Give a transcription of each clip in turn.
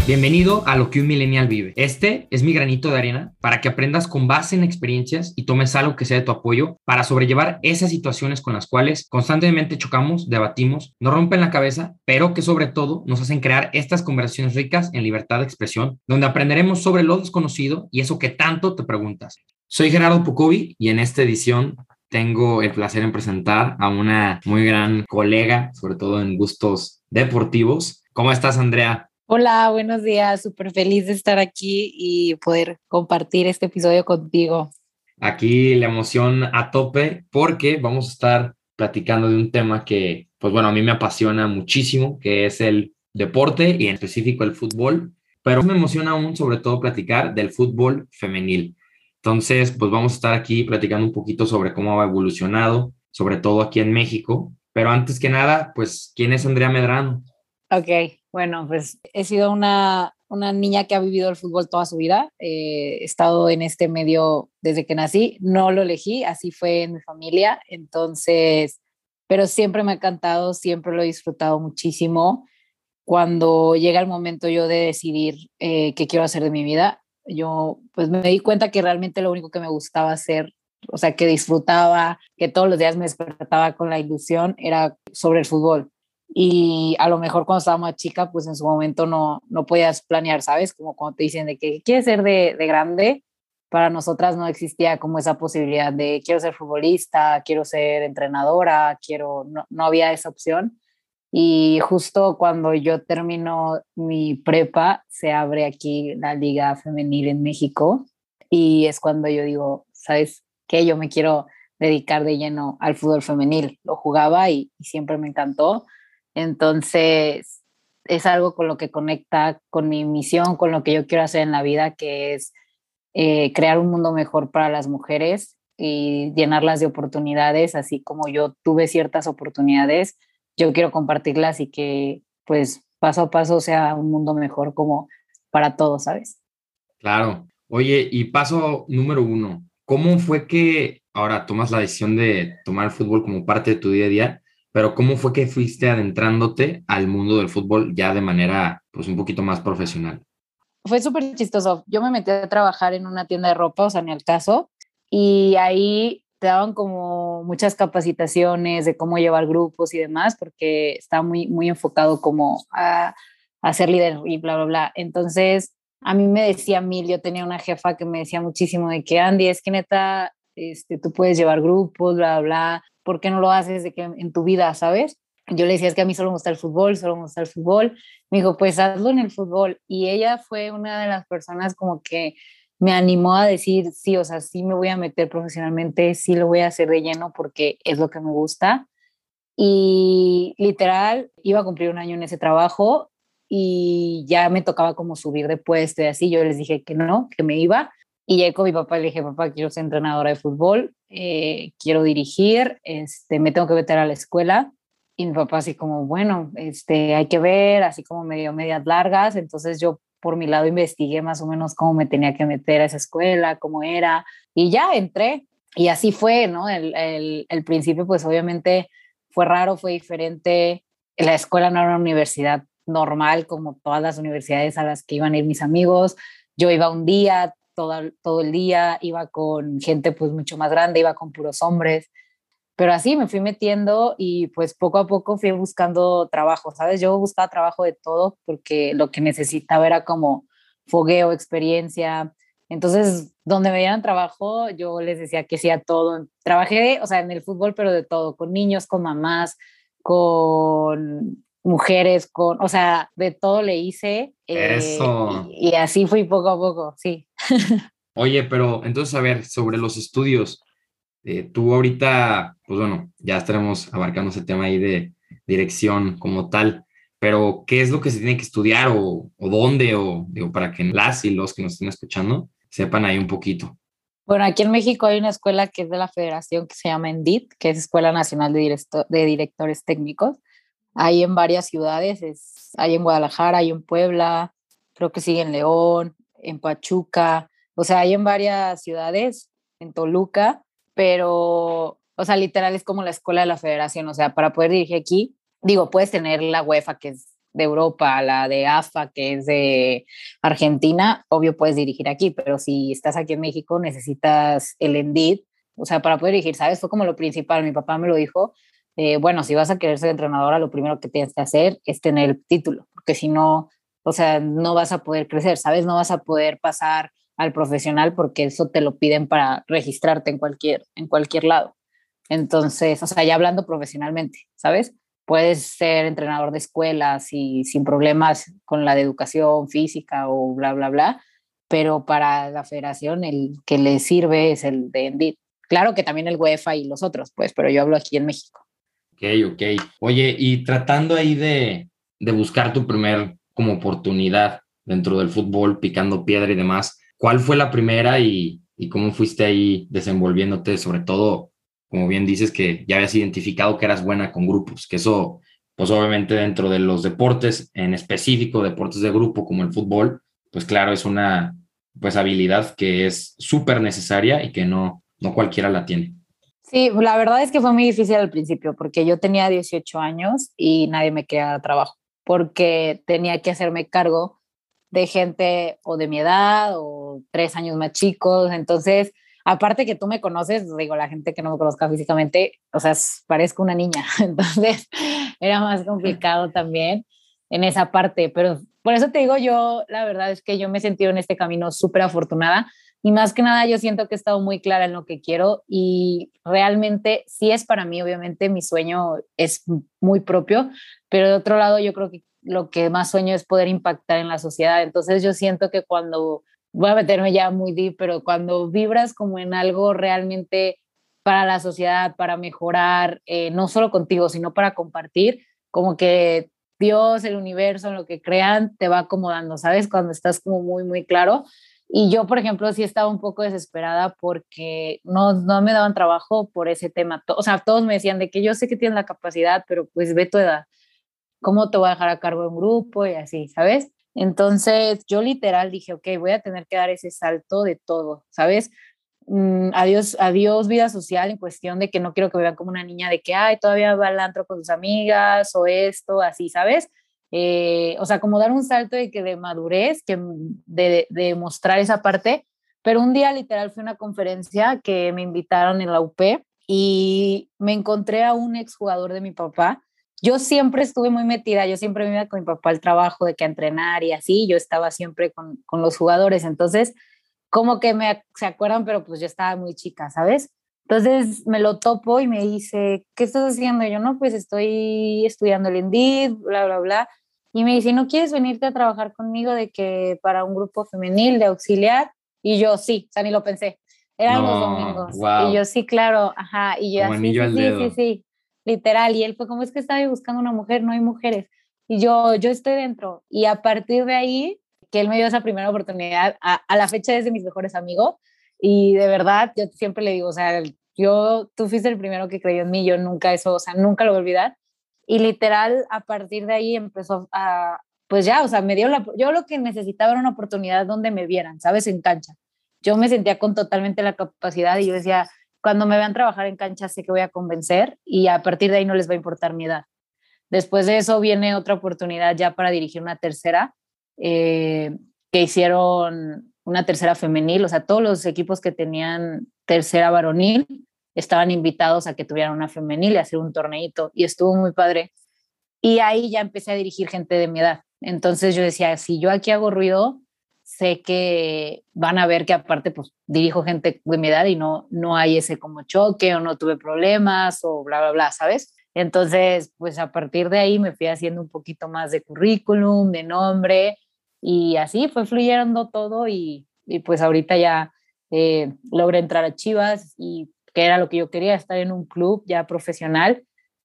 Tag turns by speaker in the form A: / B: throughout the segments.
A: Bienvenido a Lo que un millennial vive. Este es mi granito de arena para que aprendas con base en experiencias y tomes algo que sea de tu apoyo para sobrellevar esas situaciones con las cuales constantemente chocamos, debatimos, nos rompen la cabeza, pero que sobre todo nos hacen crear estas conversaciones ricas en libertad de expresión, donde aprenderemos sobre lo desconocido y eso que tanto te preguntas. Soy Gerardo Pucovi y en esta edición tengo el placer en presentar a una muy gran colega, sobre todo en gustos deportivos. ¿Cómo estás, Andrea?
B: Hola, buenos días. Súper feliz de estar aquí y poder compartir este episodio contigo.
A: Aquí la emoción a tope porque vamos a estar platicando de un tema que, pues bueno, a mí me apasiona muchísimo, que es el deporte y en específico el fútbol, pero me emociona aún sobre todo platicar del fútbol femenil. Entonces, pues vamos a estar aquí platicando un poquito sobre cómo ha evolucionado, sobre todo aquí en México. Pero antes que nada, pues, ¿quién es Andrea Medrano?
B: Ok, bueno, pues he sido una niña que ha vivido el fútbol toda su vida. He estado en este medio desde que nací. No lo elegí, así fue en mi familia. Entonces, pero siempre me ha encantado, siempre lo he disfrutado muchísimo. Cuando llega el momento yo de decidir qué quiero hacer de mi vida, yo pues me di cuenta que realmente lo único que me gustaba hacer, o sea, que disfrutaba, que todos los días me despertaba con la ilusión, era sobre el fútbol. Y a lo mejor cuando estaba más chica, pues en su momento no podías planear, ¿sabes? Como cuando te dicen de que quieres ser de grande, para nosotras no existía como esa posibilidad de quiero ser futbolista, quiero ser entrenadora, no había esa opción. Y justo cuando yo termino mi prepa, se abre aquí la Liga Femenil en México y es cuando yo digo, ¿sabes qué? Yo me quiero dedicar de lleno al fútbol femenil. Lo jugaba y siempre me encantó. Entonces, es algo con lo que conecta con mi misión, con lo que yo quiero hacer en la vida, que es crear un mundo mejor para las mujeres y llenarlas de oportunidades, así como yo tuve ciertas oportunidades, yo quiero compartirlas y que pues paso a paso sea un mundo mejor como para todos, ¿sabes?
A: Claro. Oye, y paso número uno, ¿cómo fue que ahora tomas la decisión de tomar el fútbol como parte de tu día a día? Pero ¿cómo fue que fuiste adentrándote al mundo del fútbol ya de manera, pues, un poquito más profesional?
B: Fue súper chistoso. Yo me metí a trabajar en una tienda de ropa, o sea, ni al caso, y ahí te daban como muchas capacitaciones de cómo llevar grupos y demás, porque está muy enfocado como a ser líder y bla, bla, bla. Entonces, a mí me decía mil, yo tenía una jefa que me decía muchísimo de que Andy, es que neta, tú puedes llevar grupos, bla, bla, bla, ¿por qué no lo haces de que en tu vida, sabes? Yo le decía, es que a mí solo me gusta el fútbol, solo me gusta el fútbol. Me dijo, pues hazlo en el fútbol. Y ella fue una de las personas como que me animó a decir, sí, o sea, sí me voy a meter profesionalmente, sí lo voy a hacer de lleno porque es lo que me gusta. Y literal, iba a cumplir un año en ese trabajo y ya me tocaba como subir de puesto y así. Yo les dije que no, que me iba. Y llegué con mi papá y le dije, papá, quiero ser entrenadora de fútbol, quiero dirigir, me tengo que meter a la escuela. Y mi papá así como, bueno, hay que ver, así como medio medias largas. Entonces yo por mi lado investigué más o menos cómo me tenía que meter a esa escuela, cómo era. Y ya entré. Y así fue, ¿no? El principio, pues obviamente fue raro, fue diferente. La escuela no era una universidad normal como todas las universidades a las que iban a ir mis amigos. Yo iba un día, todo el día, iba con gente pues mucho más grande, iba con puros hombres. Pero así me fui metiendo y pues poco a poco fui buscando trabajo, ¿sabes? Yo buscaba trabajo de todo porque lo que necesitaba era como fogueo, experiencia. Entonces, donde me dieran trabajo, yo les decía que sí a todo. Trabajé, o sea, en el fútbol, pero de todo, con niños, con mamás, con mujeres, o sea, de todo le hice
A: Eso.
B: y así fui poco a poco, sí.
A: Oye, pero entonces, a ver, sobre los estudios, tú ahorita, pues bueno, ya estaremos abarcando ese tema ahí de dirección como tal, pero ¿qué es lo que se tiene que estudiar o dónde o digo, para que las y los que nos estén escuchando sepan ahí un poquito?
B: Bueno, aquí en México hay una escuela que es de la Federación que se llama ENDIT, que es Escuela Nacional de Directores Técnicos. Hay en varias ciudades, hay en Guadalajara, hay en Puebla, creo que sigue en León, en Pachuca, o sea, hay en varias ciudades, en Toluca, pero, o sea, literal es como la escuela de la Federación, o sea, para poder dirigir aquí, digo, puedes tener la UEFA, que es de Europa a la de AFA, que es de Argentina, obvio puedes dirigir aquí, pero si estás aquí en México necesitas el ENDIT, o sea, para poder dirigir, ¿sabes? Fue como lo principal, mi papá me lo dijo, bueno, si vas a querer ser entrenadora, lo primero que tienes que hacer es tener el título, porque si no, o sea, no vas a poder crecer, ¿sabes? No vas a poder pasar al profesional porque eso te lo piden para registrarte en cualquier lado. Entonces, o sea, ya hablando profesionalmente, ¿sabes? Puedes ser entrenador de escuelas y sin problemas con la de educación física o bla, bla, bla, pero para la federación el que le sirve es el de ENDIT. Claro que también el UEFA y los otros, pues, pero yo hablo aquí en México.
A: Ok, ok. Oye, y tratando ahí de buscar tu primer como oportunidad dentro del fútbol, picando piedra y demás, ¿cuál fue la primera y cómo fuiste ahí desenvolviéndote? Sobre todo, como bien dices, que ya habías identificado que eras buena con grupos, que eso, pues obviamente dentro de los deportes, en específico deportes de grupo como el fútbol, pues claro, es una pues habilidad que es súper necesaria y que no cualquiera la tiene.
B: Sí, la verdad es que fue muy difícil al principio porque yo tenía 18 años y nadie me quería dar trabajo porque tenía que hacerme cargo de gente o de mi edad o 3 años más chicos. Entonces, aparte que tú me conoces, digo, la gente que no me conozca físicamente, o sea, parezco una niña. Entonces, era más complicado también en esa parte. Pero por eso te digo, yo, la verdad es que yo me he sentido en este camino súper afortunada y más que nada yo siento que he estado muy clara en lo que quiero y realmente sí es para mí, obviamente mi sueño es muy propio, pero de otro lado yo creo que lo que más sueño es poder impactar en la sociedad. Entonces yo siento que cuando, voy a meterme ya muy deep, pero cuando vibras como en algo realmente para la sociedad, para mejorar, no solo contigo, sino para compartir, como que Dios, el universo, en lo que crean, te va acomodando, ¿sabes? Cuando estás como muy, muy claro. Y yo, por ejemplo, sí estaba un poco desesperada porque no me daban trabajo por ese tema. O sea, todos me decían de que yo sé que tienes la capacidad, pero pues ve tu edad. ¿Cómo te voy a dejar a cargo de un grupo y así, ¿sabes? Entonces yo literal dije, ok, voy a tener que dar ese salto de todo, ¿sabes? Adiós, adiós vida social en cuestión de que no quiero que me vean como una niña de que, ay, todavía va al antro con sus amigas o esto, así, ¿sabes? O sea, como dar un salto de que de madurez, que de mostrar esa parte, pero un día literal fue una conferencia que me invitaron en la UP y me encontré a un exjugador de mi papá. Yo siempre estuve muy metida, yo siempre me iba con mi papá al trabajo de que a entrenar y así, yo estaba siempre con los jugadores, entonces como que se acuerdan, pero pues yo estaba muy chica, ¿sabes? Entonces me lo topo y me dice, ¿qué estás haciendo? Y yo, no, pues estoy estudiando el Indeed, bla, bla, bla. Y me dice, ¿no quieres venirte a trabajar conmigo de que para un grupo femenil de auxiliar? Y yo, sí, o sea, ni lo pensé. Eran los
A: No,
B: domingos. Y yo,
A: wow,
B: sí, claro, ajá. Y yo,
A: como
B: así,
A: anillo
B: sí,
A: al
B: sí, sí,
A: dedo.
B: sí, literal. Y él fue como, es que estaba buscando una mujer, no hay mujeres. Y yo estoy dentro. Y a partir de ahí que él me dio esa primera oportunidad, a la fecha es de mis mejores amigos y de verdad yo siempre le digo, o sea, tú fuiste el primero que creyó en mí, yo nunca eso, o sea, nunca lo voy a olvidar y literal a partir de ahí empezó a, pues ya, o sea, yo lo que necesitaba era una oportunidad donde me vieran, ¿sabes? En cancha. Yo me sentía con totalmente la capacidad y yo decía, cuando me vean trabajar en cancha sé que voy a convencer y a partir de ahí no les va a importar mi edad. Después de eso viene otra oportunidad ya para dirigir una tercera, eh, que hicieron una tercera femenil, o sea, todos los equipos que tenían tercera varonil estaban invitados a que tuvieran una femenil y hacer un torneito y estuvo muy padre. Y ahí ya empecé a dirigir gente de mi edad. Entonces yo decía, si yo aquí hago ruido, sé que van a ver que aparte pues dirijo gente de mi edad y no hay ese como choque o no tuve problemas o bla, bla, bla, ¿sabes? Entonces, pues a partir de ahí me fui haciendo un poquito más de currículum, de nombre y así fue fluyendo todo y pues ahorita ya logré entrar a Chivas y que era lo que yo quería, estar en un club ya profesional,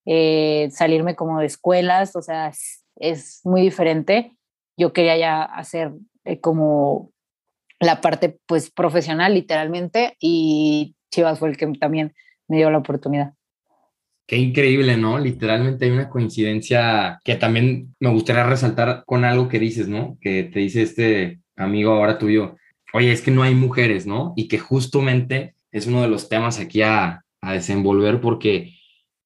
B: salirme como de escuelas, o sea, es muy diferente. Yo quería ya hacer como la parte pues profesional literalmente y Chivas fue el que también me dio la oportunidad.
A: Qué increíble, ¿no? Literalmente hay una coincidencia que también me gustaría resaltar con algo que dices, ¿no? Que te dice este amigo ahora tuyo, oye, es que no hay mujeres, ¿no? Y que justamente es uno de los temas aquí a desenvolver porque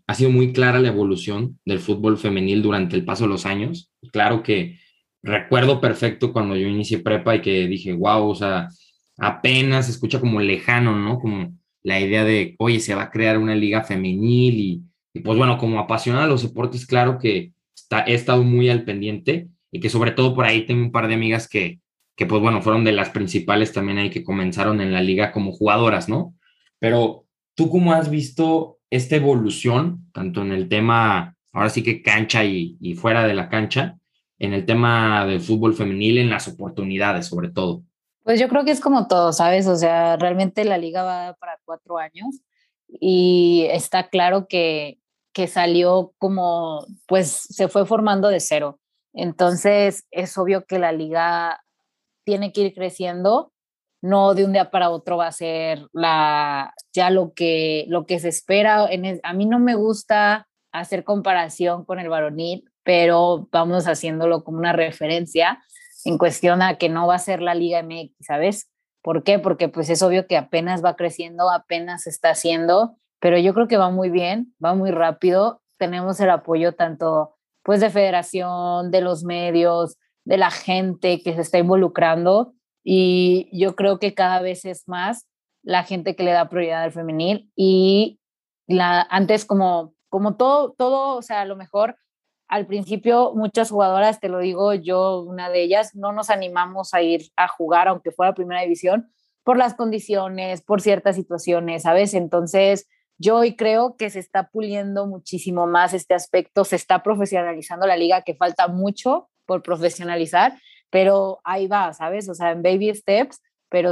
A: ha sido muy clara la evolución del fútbol femenil durante el paso de los años. Claro que recuerdo perfecto cuando yo inicié prepa y que dije, wow, o sea, apenas se escucha como lejano, ¿no? Como la idea de, oye, se va a crear una liga femenil y pues bueno, como apasionado de los deportes, claro que he estado muy al pendiente y que sobre todo por ahí tengo un par de amigas que pues bueno, fueron de las principales también ahí que comenzaron en la liga como jugadoras, ¿no? Pero ¿tú cómo has visto esta evolución, tanto en el tema, ahora sí que cancha y fuera de la cancha, en el tema del fútbol femenil, en las oportunidades sobre todo?
B: Pues yo creo que es como todo, ¿sabes? O sea, realmente la liga va para 4 años y está claro que salió como, pues se fue formando de cero. Entonces es obvio que la liga tiene que ir creciendo, no de un día para otro va a ser ya lo que se espera. A mí no me gusta hacer comparación con el varonil, pero vamos haciéndolo como una referencia en cuestión a que no va a ser la Liga MX, ¿sabes? ¿Por qué? Porque pues es obvio que apenas va creciendo, apenas se está haciendo, pero yo creo que va muy bien, va muy rápido. Tenemos el apoyo tanto pues de federación, de los medios, de la gente que se está involucrando y yo creo que cada vez es más la gente que le da prioridad al femenil y antes como todo, o sea, a lo mejor al principio muchas jugadoras, te lo digo yo, una de ellas, no nos animamos a ir a jugar, aunque fuera primera división, por las condiciones, por ciertas situaciones, ¿sabes? Entonces, yo hoy creo que se está puliendo muchísimo más este aspecto, se está profesionalizando la liga, que falta mucho por profesionalizar, pero ahí va, ¿sabes? O sea, en baby steps, pero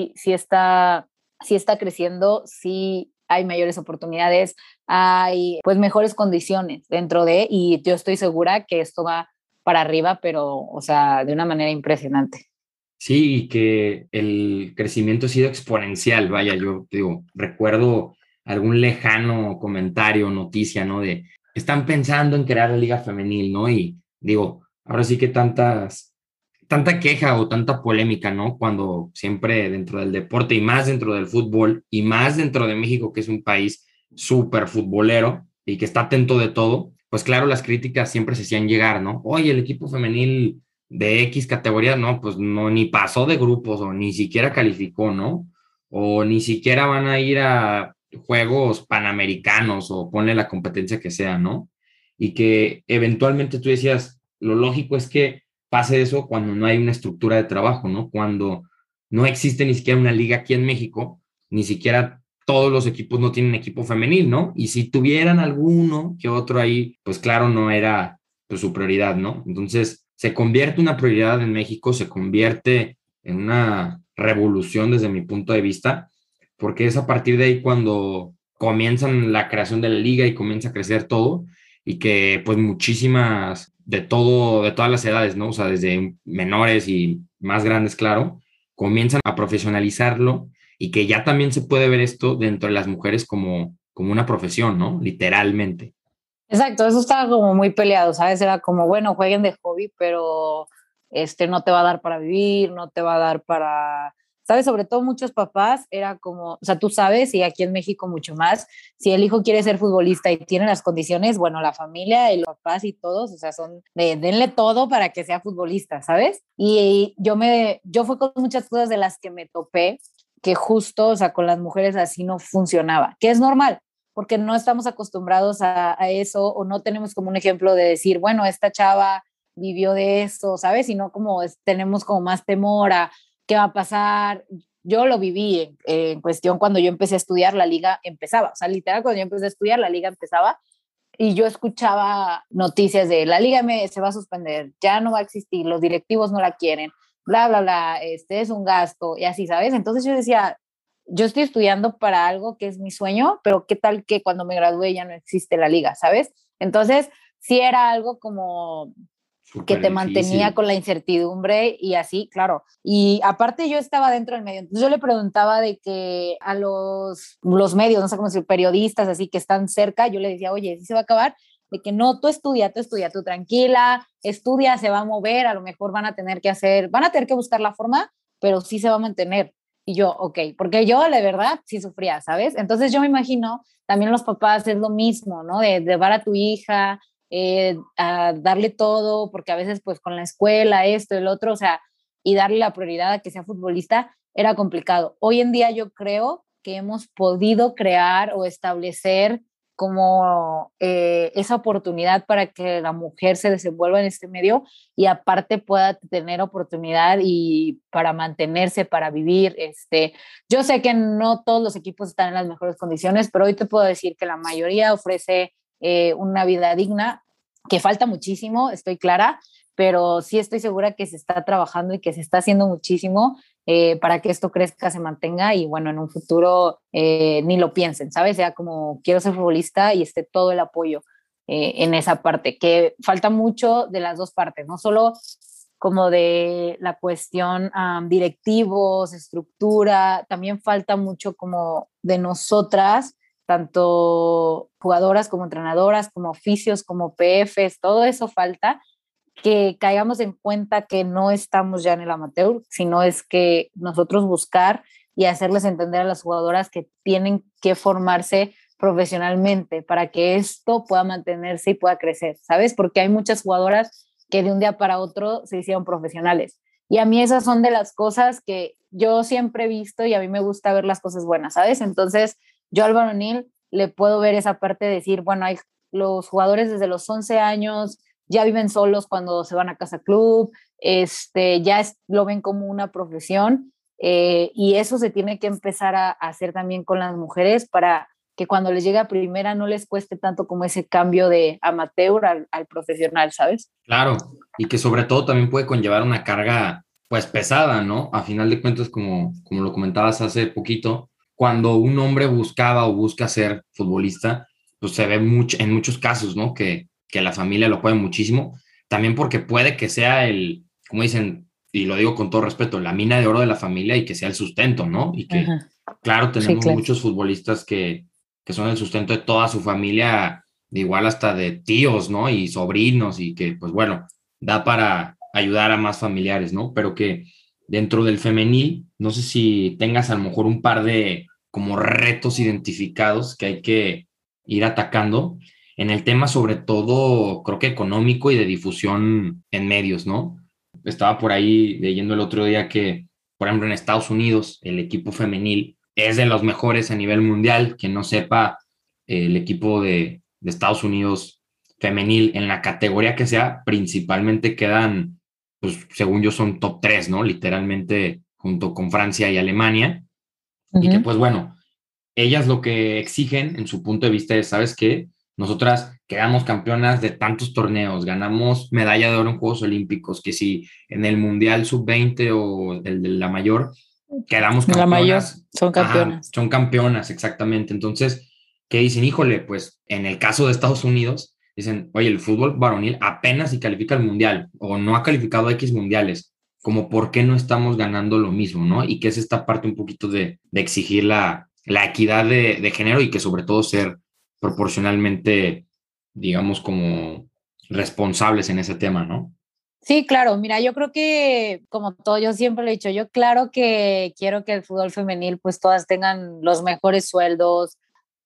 B: sí está creciendo, sí hay mayores oportunidades, hay pues mejores condiciones dentro y yo estoy segura que esto va para arriba, pero, o sea, de una manera impresionante.
A: Sí, y que el crecimiento ha sido exponencial, vaya, yo digo, recuerdo algún lejano comentario, noticia, ¿no? De, están pensando en crear la liga femenil, ¿no? Y digo, ahora sí que tanta queja o tanta polémica, ¿no? Cuando siempre dentro del deporte y más dentro del fútbol y más dentro de México, que es un país súper futbolero y que está atento de todo, pues claro, las críticas siempre se hacían llegar, ¿no? Oye, el equipo femenil de X categoría, no, pues no, ni pasó de grupos o ni siquiera calificó, ¿no? O ni siquiera van a ir a Juegos Panamericanos o ponle la competencia que sea, ¿no? Y que eventualmente tú decías, lo lógico es que pase eso cuando no hay una estructura de trabajo, ¿no? Cuando no existe ni siquiera una liga aquí en México, ni siquiera todos los equipos no tienen equipo femenil, ¿no? Y si tuvieran alguno que otro ahí, pues claro, no era pues, su prioridad, ¿no? Entonces, se convierte una prioridad en México, se convierte en una revolución desde mi punto de vista, porque es a partir de ahí cuando comienzan la creación de la liga y comienza a crecer todo y que pues muchísimas de todo, de todas las edades, ¿no? O sea, desde menores y más grandes, claro, comienzan a profesionalizarlo y que ya también se puede ver esto dentro de las mujeres como una profesión, ¿no? Literalmente.
B: Exacto, eso estaba como muy peleado, ¿sabes? Era como, bueno, jueguen de hobby, pero no te va a dar para vivir, no te va a dar para, ¿sabes? Sobre todo muchos papás era como, o sea, tú sabes, y aquí en México mucho más, si el hijo quiere ser futbolista y tiene las condiciones, bueno, la familia y los papás y todos, o sea, son de denle todo para que sea futbolista, ¿sabes? Y yo fue con muchas cosas de las que me topé que justo, o sea, con las mujeres así no funcionaba, que es normal porque no estamos acostumbrados a eso o no tenemos como un ejemplo de decir, bueno, esta chava vivió de eso, ¿sabes? Sino como tenemos como más temor a qué va a pasar. Yo lo viví en cuestión cuando yo empecé a estudiar, la liga empezaba, o sea, literal, cuando yo empecé a estudiar, la liga empezaba y yo escuchaba noticias de la liga se va a suspender, ya no va a existir, los directivos no la quieren, bla, bla, bla, este es un gasto y así, ¿sabes? Entonces yo decía, yo estoy estudiando para algo que es mi sueño, pero qué tal que cuando me gradúe ya no existe la liga, ¿sabes? Entonces, sí era algo como que
A: Súper
B: te mantenía
A: difícil.
B: con la incertidumbre y así, claro. Y aparte yo estaba dentro del medio, entonces yo le preguntaba de que a los medios, no sé cómo decir, periodistas así que están cerca, yo le decía, oye, ¿sí se va a acabar? De que no, tú tranquila, estudia, se va a mover, a lo mejor van a tener que buscar la forma, pero sí se va a mantener. Y yo, ok, porque yo la verdad sí sufría, ¿sabes? Entonces yo me imagino también los papás es lo mismo, ¿no? De llevar a tu hija, a darle todo, porque a veces pues con la escuela, esto, el otro, o sea, y darle la prioridad a que sea futbolista era complicado. Hoy en día yo creo que hemos podido crear o establecer como esa oportunidad para que la mujer se desenvuelva en este medio y aparte pueda tener oportunidad y para mantenerse, para vivir. Yo sé que no todos los equipos están en las mejores condiciones, pero hoy te puedo decir que la mayoría ofrece una vida digna, que falta muchísimo, estoy clara, pero sí estoy segura que se está trabajando y que se está haciendo muchísimo para que esto crezca, se mantenga y bueno, en un futuro ni lo piensen, ¿sabes? Sea como quiero ser futbolista y esté todo el apoyo en esa parte, que falta mucho de las dos partes, no solo como de la cuestión directivos, estructura, también falta mucho como de nosotras, tanto jugadoras como entrenadoras, como oficios, como PFs, todo eso falta que caigamos en cuenta que no estamos ya en el amateur, sino es que nosotros buscar y hacerles entender a las jugadoras que tienen que formarse profesionalmente para que esto pueda mantenerse y pueda crecer, ¿sabes? Porque hay muchas jugadoras que de un día para otro se hicieron profesionales. Y a mí esas son de las cosas que yo siempre he visto y a mí me gusta ver las cosas buenas, ¿sabes? Entonces, yo al varonil le puedo ver esa parte de decir, bueno, hay los jugadores desde los 11 años ya viven solos cuando se van a casa club, lo ven como una profesión y eso se tiene que empezar a hacer también con las mujeres para que cuando les llegue a primera no les cueste tanto como ese cambio de amateur al profesional, ¿sabes?
A: Claro, y que sobre todo también puede conllevar una carga pues pesada, ¿no? A final de cuentas, como lo comentabas hace poquito, cuando un hombre buscaba o busca ser futbolista, pues se ve mucho, en muchos casos, ¿no? Que la familia lo apoya muchísimo, también porque puede que sea como dicen, y lo digo con todo respeto, la mina de oro de la familia y que sea el sustento, ¿no? Y que,
B: Ajá.
A: claro,
B: Sí,
A: tenemos
B: claro.
A: muchos futbolistas que son el sustento de toda su familia igual hasta de tíos, ¿no? Y sobrinos y que, pues bueno, da para ayudar a más familiares, ¿no? Pero que dentro del femenil, no sé si tengas a lo mejor un par de como retos identificados que hay que ir atacando en el tema sobre todo, creo que económico y de difusión en medios, ¿no? Estaba por ahí leyendo el otro día que, por ejemplo, en Estados Unidos, el equipo femenil es de los mejores a nivel mundial. Que no sepa, el equipo de Estados Unidos femenil en la categoría que sea, principalmente quedan, pues según yo son top 3, ¿no? Literalmente junto con Francia y Alemania. Y que
B: Ujú.
A: pues bueno, ellas lo que exigen en su punto de vista es, ¿sabes qué? Nosotras quedamos campeonas de tantos torneos, ganamos medalla de oro en Juegos Olímpicos, que si en el Mundial Sub-20 o el de la mayor, quedamos
B: La mayor
A: campeonas,
B: son
A: ajá,
B: campeonas.
A: son campeonas, exactamente. Entonces, ¿qué dicen? Híjole, pues en el caso de Estados Unidos, dicen, oye, el fútbol varonil apenas si califica al mundial o no ha calificado a X mundiales, como por qué no estamos ganando lo mismo, ¿no? Y que es esta parte un poquito de exigir la equidad de género y que sobre todo ser proporcionalmente, digamos, como responsables en ese tema, ¿no?
B: Sí, claro, mira, yo creo que como todo, yo siempre lo he dicho, yo claro que quiero que el fútbol femenil pues todas tengan los mejores sueldos.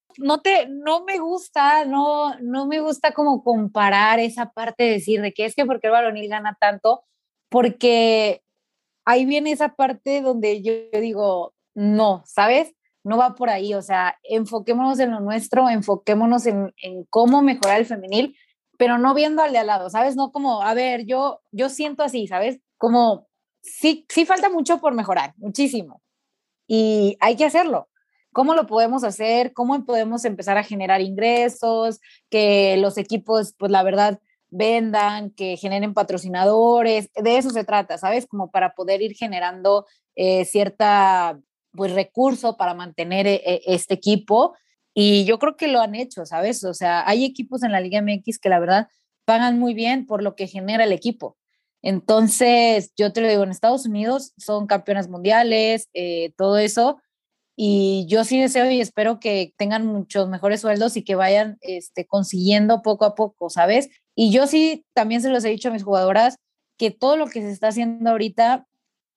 B: No me gusta, no me gusta como comparar esa parte de decir de que es que porque el varonil gana tanto, porque ahí viene esa parte donde yo digo, no, ¿sabes? No va por ahí, o sea, enfoquémonos en lo nuestro, enfoquémonos en cómo mejorar el femenil, pero no viendo al de al lado, ¿sabes? No como, a ver, yo siento así, ¿sabes? Como, sí falta mucho por mejorar, muchísimo, y hay que hacerlo. ¿Cómo lo podemos hacer? ¿Cómo podemos empezar a generar ingresos? Que los equipos, pues la verdad, vendan, que generen patrocinadores. De eso se trata, ¿sabes? Como para poder ir generando cierta, pues, recurso para mantener este equipo. Y yo creo que lo han hecho, ¿sabes? O sea, hay equipos en la Liga MX que la verdad pagan muy bien por lo que genera el equipo. Entonces, yo te lo digo, en Estados Unidos son campeonas mundiales, todo eso, y yo sí deseo y espero que tengan muchos mejores sueldos y que vayan consiguiendo poco a poco, ¿sabes? Y yo sí también se los he dicho a mis jugadoras que todo lo que se está haciendo ahorita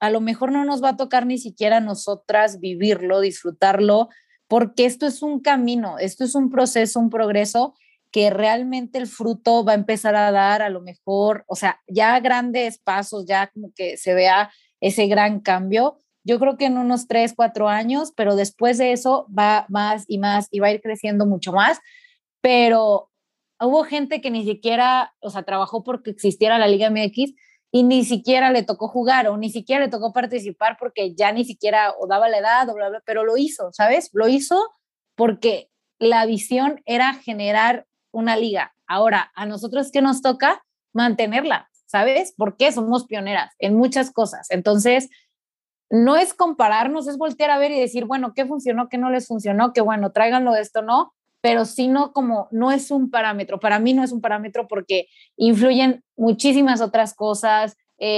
B: a lo mejor no nos va a tocar ni siquiera a nosotras vivirlo, disfrutarlo, porque esto es un camino, esto es un proceso, un progreso que realmente el fruto va a empezar a dar a lo mejor, o sea, ya grandes pasos, ya como que se vea ese gran cambio. Yo creo que en unos 3, 4 años, pero después de eso va más y más y va a ir creciendo mucho más. Pero hubo gente que ni siquiera, o sea, trabajó porque existiera la Liga MX y ni siquiera le tocó jugar o ni siquiera le tocó participar porque ya ni siquiera o daba la edad o bla, bla, pero lo hizo, ¿sabes? Lo hizo porque la visión era generar una liga. Ahora, a nosotros que nos toca mantenerla, ¿sabes? Porque somos pioneras en muchas cosas. Entonces, no es compararnos, es voltear a ver y decir, bueno, ¿qué funcionó, qué no les funcionó? Que bueno, tráiganlo de esto, no, pero sino como no es un parámetro, para mí no es un parámetro porque influyen muchísimas otras cosas,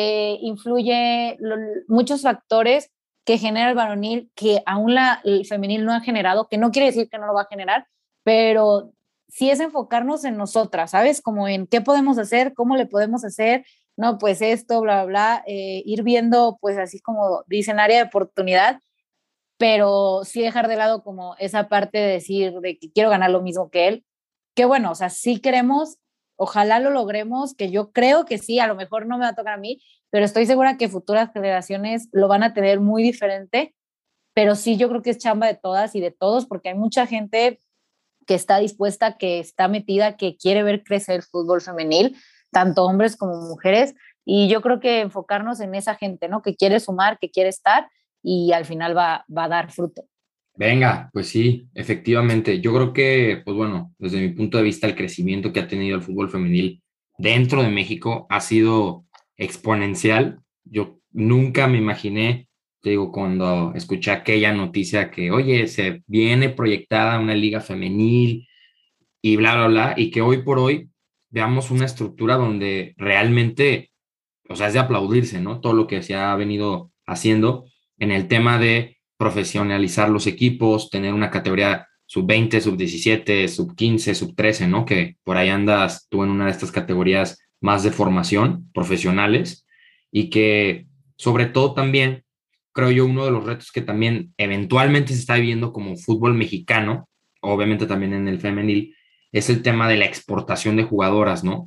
B: muchos factores que genera el varonil que aún el femenil no ha generado, que no quiere decir que no lo va a generar, pero sí es enfocarnos en nosotras, ¿sabes? Como en qué podemos hacer, cómo le podemos hacer, no, pues esto, bla, bla, bla, ir viendo, pues así como dicen, área de oportunidad, pero sí dejar de lado como esa parte de decir de que quiero ganar lo mismo que él, que bueno, o sea, sí queremos, ojalá lo logremos, que yo creo que sí, a lo mejor no me va a tocar a mí, pero estoy segura que futuras generaciones lo van a tener muy diferente, pero sí yo creo que es chamba de todas y de todos, porque hay mucha gente que está dispuesta, que está metida, que quiere ver crecer el fútbol femenil, tanto hombres como mujeres, y yo creo que enfocarnos en esa gente, ¿no? Que quiere sumar, que quiere estar y al final va a dar fruto.
A: Venga, pues sí, efectivamente. Yo creo que, pues bueno, desde mi punto de vista, el crecimiento que ha tenido el fútbol femenil dentro de México ha sido exponencial. Yo nunca me imaginé, te digo, cuando escuché aquella noticia que, oye, se viene proyectada una liga femenil y bla, bla, bla, y que hoy por hoy veamos una estructura donde realmente, o sea, es de aplaudirse, ¿no? Todo lo que se ha venido haciendo en el tema de profesionalizar los equipos, tener una categoría sub 20, sub 17, sub 15, sub 13, ¿no? Que por ahí andas tú en una de estas categorías más de formación, profesionales, y que sobre todo también, creo yo, uno de los retos que también eventualmente se está viviendo como fútbol mexicano, obviamente también en el femenil, es el tema de la exportación de jugadoras, ¿no?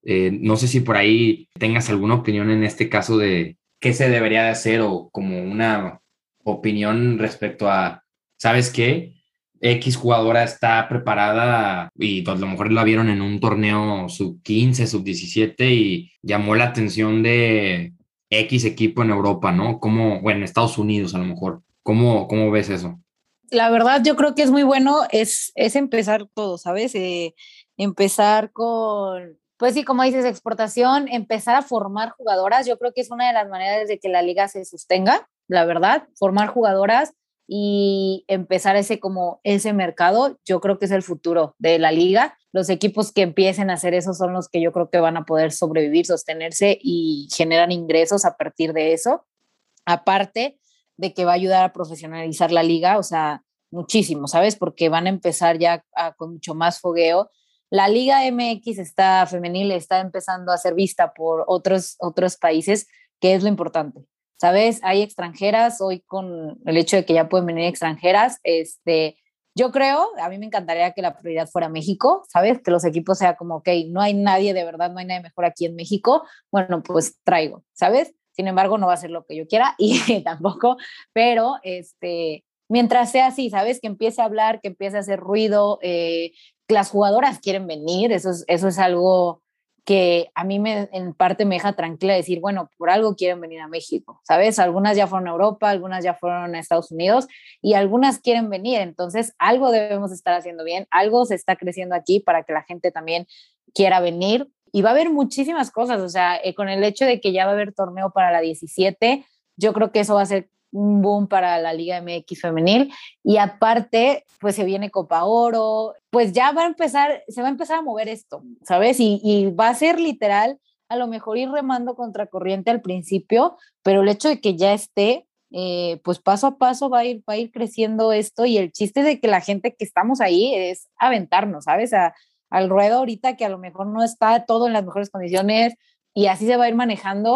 A: No sé si por ahí tengas alguna opinión en este caso de qué se debería de hacer o como una opinión respecto a, ¿sabes qué? X jugadora está preparada y pues, a lo mejor la vieron en un torneo sub 15, sub 17 y llamó la atención de X equipo en Europa, ¿no? Como, bueno, en Estados Unidos a lo mejor. ¿Cómo ves eso?
B: La verdad, yo creo que es muy bueno, es empezar todo, ¿sabes? Empezar con, pues sí, como dices, exportación, empezar a formar jugadoras. Yo creo que es una de las maneras de que la liga se sostenga, la verdad, formar jugadoras y empezar ese mercado. Yo creo que es el futuro de la liga. Los equipos que empiecen a hacer eso son los que yo creo que van a poder sobrevivir, sostenerse y generar ingresos a partir de eso. Aparte de que va a ayudar a profesionalizar la liga, o sea, muchísimo, ¿sabes? Porque van a empezar ya con mucho más fogueo. La Liga MX está femenil, está empezando a ser vista por otros países, que es lo importante. ¿Sabes? Hay extranjeras, hoy con el hecho de que ya pueden venir extranjeras, yo creo, a mí me encantaría que la prioridad fuera México, ¿sabes? Que los equipos sea como, ok, no hay nadie de verdad, no hay nadie mejor aquí en México, bueno, pues traigo, ¿sabes? Sin embargo, no va a ser lo que yo quiera y tampoco, pero mientras sea así, ¿sabes? Que empiece a hablar, que empiece a hacer ruido, las jugadoras quieren venir, eso es algo que a mí en parte me deja tranquila decir, bueno, por algo quieren venir a México, ¿sabes? Algunas ya fueron a Europa, algunas ya fueron a Estados Unidos y algunas quieren venir, entonces algo debemos estar haciendo bien, algo se está creciendo aquí para que la gente también quiera venir y va a haber muchísimas cosas, o sea, con el hecho de que ya va a haber torneo para la 17, yo creo que eso va a ser un boom para la Liga MX femenil y aparte, pues se viene Copa Oro, pues ya se va a empezar a mover esto, ¿sabes? Y va a ser literal, a lo mejor ir remando contracorriente al principio, pero el hecho de que ya esté, pues paso a paso va a ir creciendo esto y el chiste de que la gente que estamos ahí es aventarnos, ¿sabes? Al ruedo ahorita que a lo mejor no está todo en las mejores condiciones y así se va a ir manejando,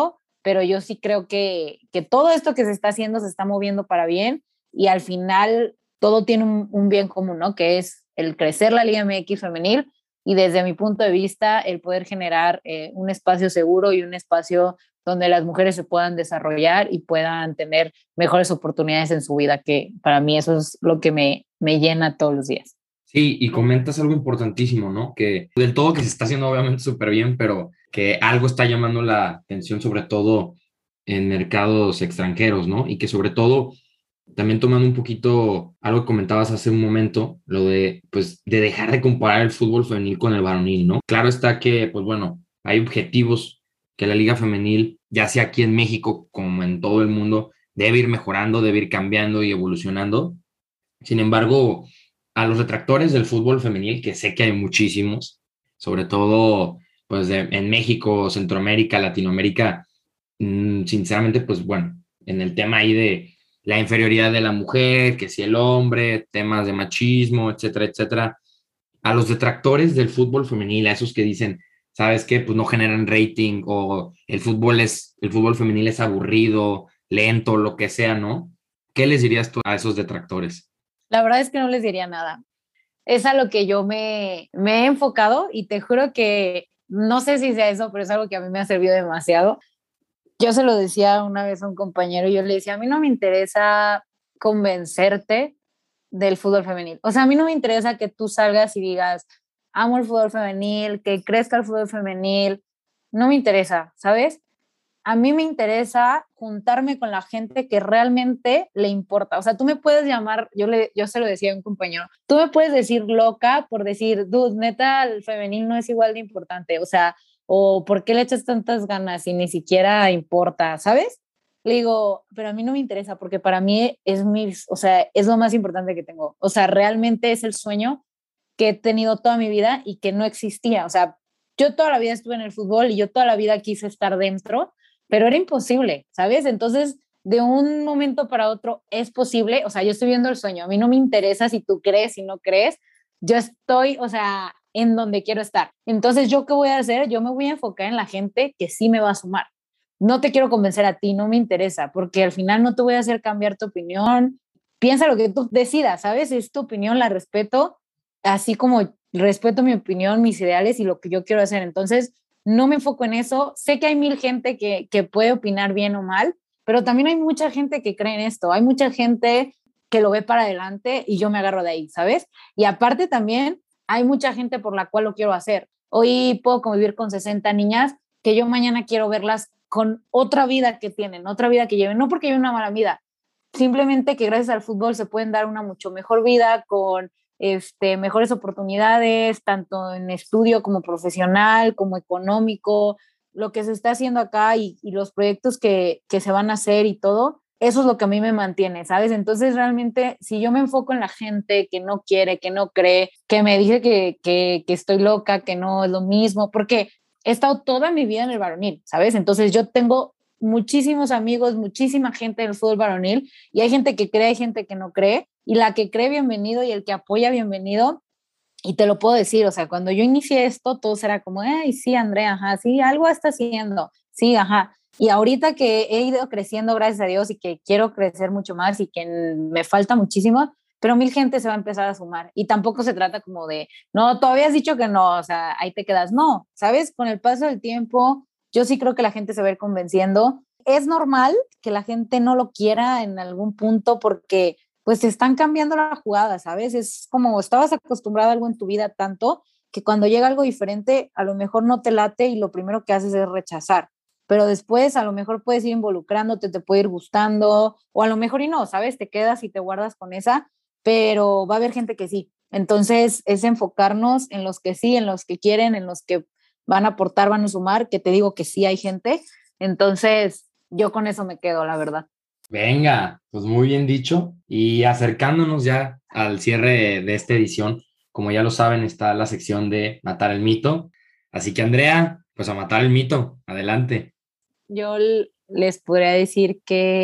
B: pero yo sí creo que todo esto que se está haciendo se está moviendo para bien y al final todo tiene un bien común, ¿no? Que es el crecer la Liga MX femenil y desde mi punto de vista el poder generar un espacio seguro y un espacio donde las mujeres se puedan desarrollar y puedan tener mejores oportunidades en su vida, que para mí eso es lo que me llena todos los días.
A: Sí, y comentas algo importantísimo, ¿no? Que del todo que se está haciendo obviamente súper bien, pero que algo está llamando la atención, sobre todo en mercados extranjeros, ¿no? Y que sobre todo, también tomando un poquito algo que comentabas hace un momento, lo de, pues, de dejar de comparar el fútbol femenil con el varonil, ¿no? Claro está que, pues bueno, hay objetivos que la liga femenil, ya sea aquí en México como en todo el mundo, debe ir mejorando, debe ir cambiando y evolucionando. Sin embargo, a los detractores del fútbol femenil, que sé que hay muchísimos, sobre todo pues en México, Centroamérica, Latinoamérica, sinceramente, pues bueno, en el tema ahí de la inferioridad de la mujer, que si el hombre, temas de machismo, etcétera, etcétera, a los detractores del fútbol femenil, a esos que dicen, ¿sabes qué? Pues no generan rating o el fútbol femenil es aburrido, lento, lo que sea, ¿no? ¿Qué les dirías tú a esos detractores?
B: La verdad es que no les diría nada. Es a lo que yo me he enfocado y te juro que no sé si sea eso, pero es algo que a mí me ha servido demasiado. Yo se lo decía una vez a un compañero, yo le decía, a mí no me interesa convencerte del fútbol femenil. O sea, a mí no me interesa que tú salgas y digas, amo el fútbol femenil, que crezca el fútbol femenil. No me interesa, ¿sabes? A mí me interesa juntarme con la gente que realmente le importa. O sea, tú me puedes llamar, yo se lo decía a un compañero, tú me puedes decir loca por decir, dude, neta, el femenil no es igual de importante. O sea, o ¿por qué le echas tantas ganas y ni siquiera importa, ¿sabes? Le digo, pero a mí no me interesa porque para mí o sea, es lo más importante que tengo. O sea, realmente es el sueño que he tenido toda mi vida y que no existía. O sea, yo toda la vida estuve en el fútbol y yo toda la vida quise estar dentro, pero era imposible, ¿sabes? Entonces, de un momento para otro es posible. O sea, yo estoy viendo el sueño. A mí no me interesa si tú crees, si no crees. Yo estoy, o sea, en donde quiero estar. Entonces, ¿yo qué voy a hacer? Yo me voy a enfocar en la gente que sí me va a sumar. No te quiero convencer a ti, no me interesa, porque al final no te voy a hacer cambiar tu opinión. Piensa lo que tú decidas, ¿sabes? Es tu opinión, la respeto, así como respeto mi opinión, mis ideales y lo que yo quiero hacer. Entonces, no me enfoco en eso. Sé que hay mil gente que puede opinar bien o mal, pero también hay mucha gente que cree en esto. Hay mucha gente que lo ve para adelante y yo me agarro de ahí, ¿sabes? Y aparte también hay mucha gente por la cual lo quiero hacer. Hoy puedo convivir con 60 niñas que yo mañana quiero verlas con otra vida que tienen, otra vida que lleven, no porque lleven una mala vida, simplemente que gracias al fútbol se pueden dar una mucho mejor vida con mejores oportunidades, tanto en estudio como profesional, como económico, lo que se está haciendo acá y los proyectos que se van a hacer y todo, eso es lo que a mí me mantiene, ¿sabes? Entonces realmente si yo me enfoco en la gente que no quiere, que no cree, que me dice que estoy loca, que no es lo mismo, porque he estado toda mi vida en el varonil, ¿sabes? Entonces yo tengo muchísimos amigos, muchísima gente en el fútbol varonil y hay gente que cree, hay gente que no cree y la que cree bienvenido y el que apoya bienvenido. Y te lo puedo decir, o sea, cuando yo inicié esto, todo será como, ay, sí, Andrea, ajá, sí, algo está haciendo, sí, ajá. Y ahorita que he ido creciendo, gracias a Dios, y que quiero crecer mucho más y que me falta muchísimo, pero mil gente se va a empezar a sumar. Y tampoco se trata como de, no, todavía has dicho que no, o sea, ahí te quedas. No, ¿sabes? Con el paso del tiempo, yo sí creo que la gente se va a ir convenciendo. Es normal que la gente no lo quiera en algún punto porque pues se están cambiando la jugada, ¿sabes? Es como estabas acostumbrado a algo en tu vida tanto que cuando llega algo diferente, a lo mejor no te late y lo primero que haces es rechazar. Pero después a lo mejor puedes ir involucrándote, te puede ir gustando, o a lo mejor y no, ¿sabes? Te quedas y te guardas con esa, pero va a haber gente que sí. Entonces es enfocarnos en los que sí, en los que quieren, en los que van a aportar, van a sumar, que te digo que sí hay gente. Entonces yo con eso me quedo, la verdad.
A: Venga, pues muy bien dicho. Y acercándonos ya al cierre de esta edición, como ya lo saben, está la sección de matar el mito. Así que Andrea, pues a matar el mito. Adelante.
B: Yo les podría decir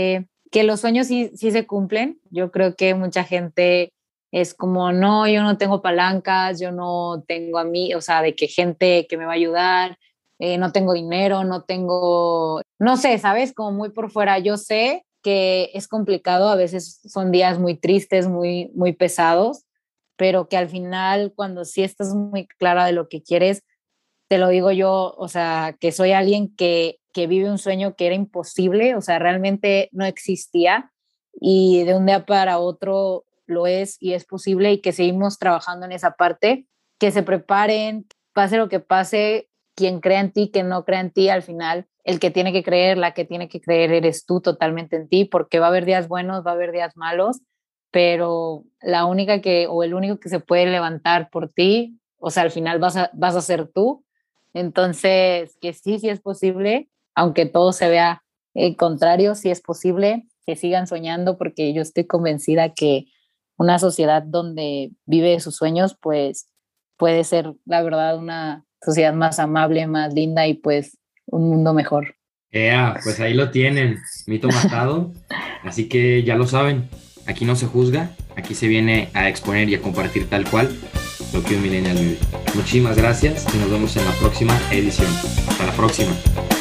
B: que los sueños sí, sí se cumplen. Yo creo que mucha gente es como, no, yo no tengo palancas, yo no tengo a mí, o sea, de que gente que me va a ayudar, no tengo dinero, no sé, ¿sabes? Como muy por fuera. Yo sé que es complicado, a veces son días muy tristes, muy, muy pesados, pero que al final, cuando sí estás muy clara de lo que quieres, te lo digo yo, o sea, que soy alguien que vive un sueño que era imposible, o sea, realmente no existía y de un día para otro lo es y es posible y que seguimos trabajando en esa parte, que se preparen, pase lo que pase, quien crea en ti, quien no crea en ti, al final el que tiene que creer, la que tiene que creer eres tú totalmente en ti, porque va a haber días buenos, va a haber días malos, pero la única que, o el único que se puede levantar por ti, o sea, al final vas a ser tú. Entonces, que sí, sí es posible, aunque todo se vea contrario, sí es posible, que sigan soñando, porque yo estoy convencida que una sociedad donde vive sus sueños, pues puede ser, la verdad, una sociedad más amable, más linda y pues un mundo mejor.
A: Pues ahí lo tienen, mito matado. Así que ya lo saben, aquí no se juzga, aquí se viene a exponer y a compartir tal cual lo que un millennial vive. Muchísimas gracias y nos vemos en la próxima edición. Hasta la próxima.